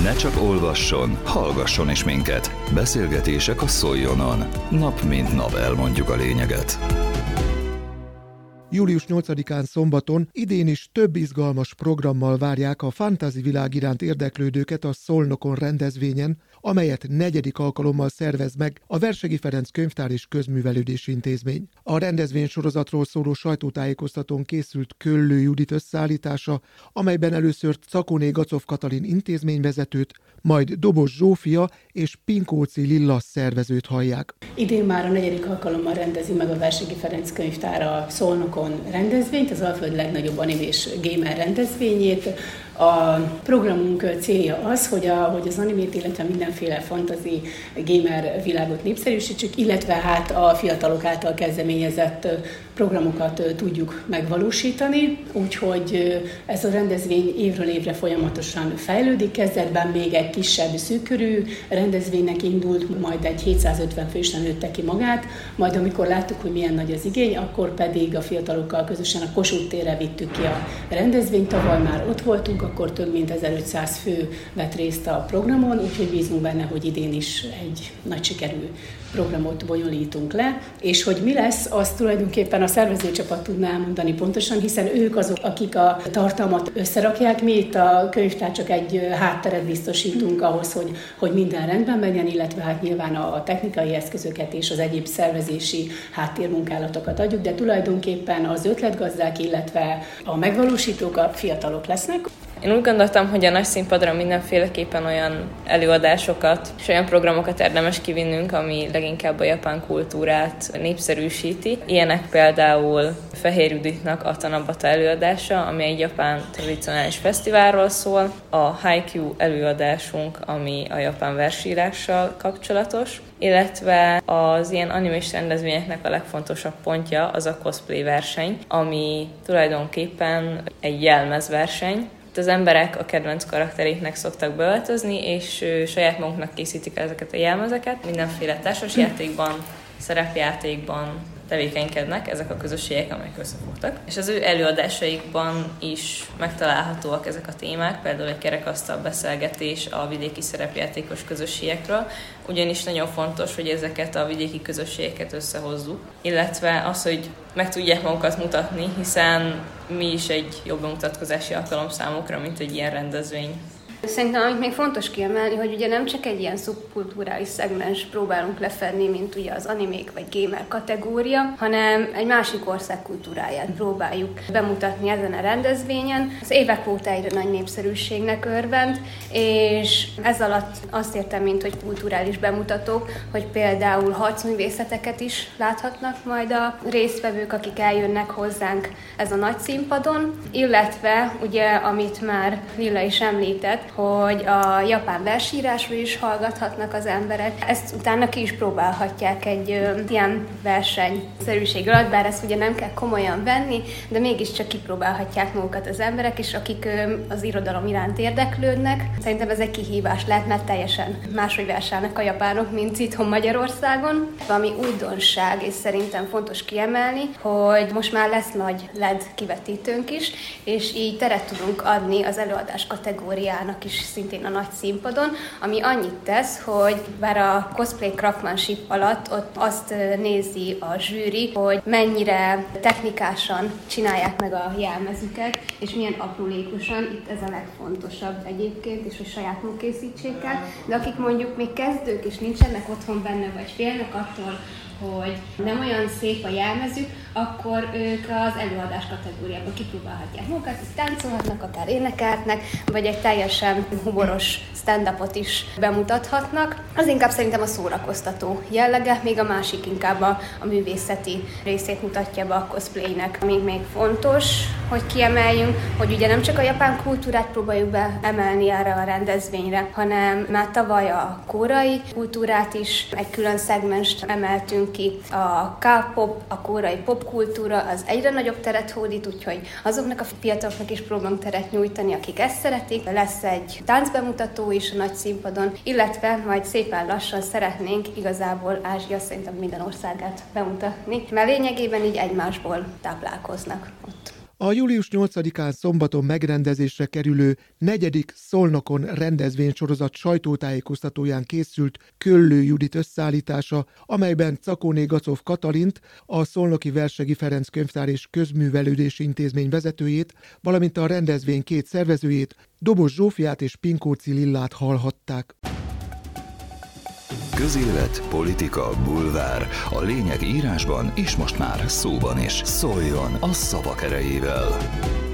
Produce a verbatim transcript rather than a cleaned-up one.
Ne csak olvasson, hallgasson is minket. Beszélgetések a Szoljonon. Nap mint nap elmondjuk a lényeget. július nyolcadikán szombaton idén is több izgalmas programmal várják a fantasy világ iránt érdeklődőket a Szolnokon rendezvényen, amelyet negyedik alkalommal szervez meg a Versegyi Ferenc Könyvtár és Közművelődési Intézmény. A rendezvény sorozatról szóló sajtótájékoztatón készült Köllő Judit összeállítása, amelyben először Cakoné Gacov Katalin intézményvezetőt, majd Dobos Zsófia és Pinkóci Lilla szervezőt hallják. Idén már a negyedik alkalommal rendezi meg a Versegyi Ferenc Könyvtár a Szolnokon rendezvényt, az Alföld legnagyobb anime és gamer rendezvényét. A programunk célja az, hogy, a, hogy az animét, illetve mindenféle fantasy gamer világot népszerűsítsük, illetve hát a fiatalok által kezdeményezett programokat tudjuk megvalósítani, úgyhogy ez a rendezvény évről évre folyamatosan fejlődik. Kezdetben még egy kisebb, szűkörű rendezvénynek indult, majd egy hétszázötven fősre nőtte ki magát, majd amikor láttuk, hogy milyen nagy az igény, akkor pedig a fiatalokkal közösen a Kossuth térre vittük ki a rendezvényt. Tavaly már ott voltunk, akkor több mint ezerötszáz fő vett részt a programon, úgyhogy bízunk benne, hogy idén is egy nagy sikerű programot bonyolítunk le, és hogy mi lesz, azt tulajdonképpen a szervezőcsapat tudná elmondani pontosan, hiszen ők azok, akik a tartalmat összerakják, mi itt a könyvtár csak egy hátteret biztosítunk ahhoz, hogy, hogy minden rendben menjen, illetve hát nyilván a technikai eszközöket és az egyéb szervezési háttérmunkálatokat adjuk, de tulajdonképpen az ötletgazdák, illetve a megvalósítók a fiatalok lesznek. Én úgy gondoltam, hogy a nagy színpadra mindenféleképpen olyan előadásokat és olyan programokat érdemes kivinnünk, ami leginkább a japán kultúrát népszerűsíti. Ilyenek például Fehér Juditnak a Tanabata előadása, ami egy japán tradicionális fesztiválról szól, a Haikyuu előadásunk, ami a japán versírással kapcsolatos, illetve az ilyen animés rendezvényeknek a legfontosabb pontja az a cosplay verseny, ami tulajdonképpen egy jelmezverseny. Az emberek a kedvenc karakteréknek szoktak beöltözni, és saját maguknak készítik ezeket a jelmezeket. Mindenféle társasjátékban, szerepjátékban tevékenykednek ezek a közösségek, amelyek összefogtak. És az ő előadásaikban is megtalálhatóak ezek a témák, például egy kerekasztal beszélgetés a vidéki szerepjátékos közösségekről, ugyanis nagyon fontos, hogy ezeket a vidéki közösségeket összehozzuk, illetve az, hogy meg tudják magukat mutatni, hiszen mi is egy jobb bemutatkozási alkalom számukra, mint egy ilyen rendezvény. Szerintem, amit még fontos kiemelni, hogy ugye nem csak egy ilyen szubkulturális szegmens próbálunk lefedni, mint ugye az animék vagy gamer kategória, hanem egy másik ország kultúráját próbáljuk bemutatni ezen a rendezvényen. Az évek óta egyre nagy népszerűségnek örvend, és ez alatt azt értem, mint hogy kulturális bemutatók, hogy például harcművészeteket is láthatnak majd a résztvevők, akik eljönnek hozzánk ez a nagy színpadon, illetve ugye, amit már Lilla is említett, hogy a japán versírásról is hallgathatnak az emberek. Ezt utána ki is próbálhatják egy ö, ilyen versenyszerűség alatt, bár ezt ugye nem kell komolyan venni, de mégiscsak kipróbálhatják magukat az emberek, és akik ö, az irodalom iránt érdeklődnek. Szerintem ez egy kihívás lehet, mert teljesen máshogy verselnek a japánok, mint itthon Magyarországon. Valami újdonság, és szerintem fontos kiemelni, hogy most már lesz nagy el é dé kivetítőnk is, és így teret tudunk adni az előadás kategóriának is szintén a nagy színpadon, ami annyit tesz, hogy bár a cosplay craftsmanship alatt ott azt nézi a zsűri, hogy mennyire technikásan csinálják meg a jelmezüket, és milyen aprólékosan, itt ez a legfontosabb egyébként, és hogy saját készítsék el, de akik mondjuk még kezdők és nincsenek otthon benne, vagy félnek attól, hogy nem olyan szép a jelmezük, akkor ők az előadás kategóriában kipróbálhatják magukat, táncolhatnak, akár énekelhetnek, vagy egy teljesen humoros stand-upot is bemutathatnak. Az inkább szerintem a szórakoztató jellege, még a másik inkább a, a művészeti részét mutatja be a cosplaynek. Ami még fontos, hogy kiemeljünk, hogy ugye nem csak a japán kultúrát próbáljuk beemelni erre a rendezvényre, hanem már tavaly a koreai kultúrát is egy külön szegmenst emeltünk ki. A K-pop, a koreai popkultúra az egyre nagyobb teret hódít, úgyhogy azoknak a fiataloknak is próbálunk teret nyújtani, akik ezt szeretik. Lesz egy táncbemutató is a nagy színpadon, illetve majd szépen lassan szeretnénk igazából Ázsia szerintem minden országát bemutatni, mert lényegében így egymásból táplálkoznak ott. A július nyolcadikán szombaton megrendezésre kerülő negyedik Szolnokon rendezvénysorozat sajtótájékoztatóján készült Köllő Judit összeállítása, amelyben Czakóné Gacov Katalint, a Szolnoki Versegi Ferenc Könyvtár és Közművelődési Intézmény vezetőjét, valamint a rendezvény két szervezőjét, Dobos Zsófiát és Pinkóci Lillát hallhatták. Közélet, politika, bulvár. A lényeg írásban és most már szóban is. Szóljon a szavak erejével!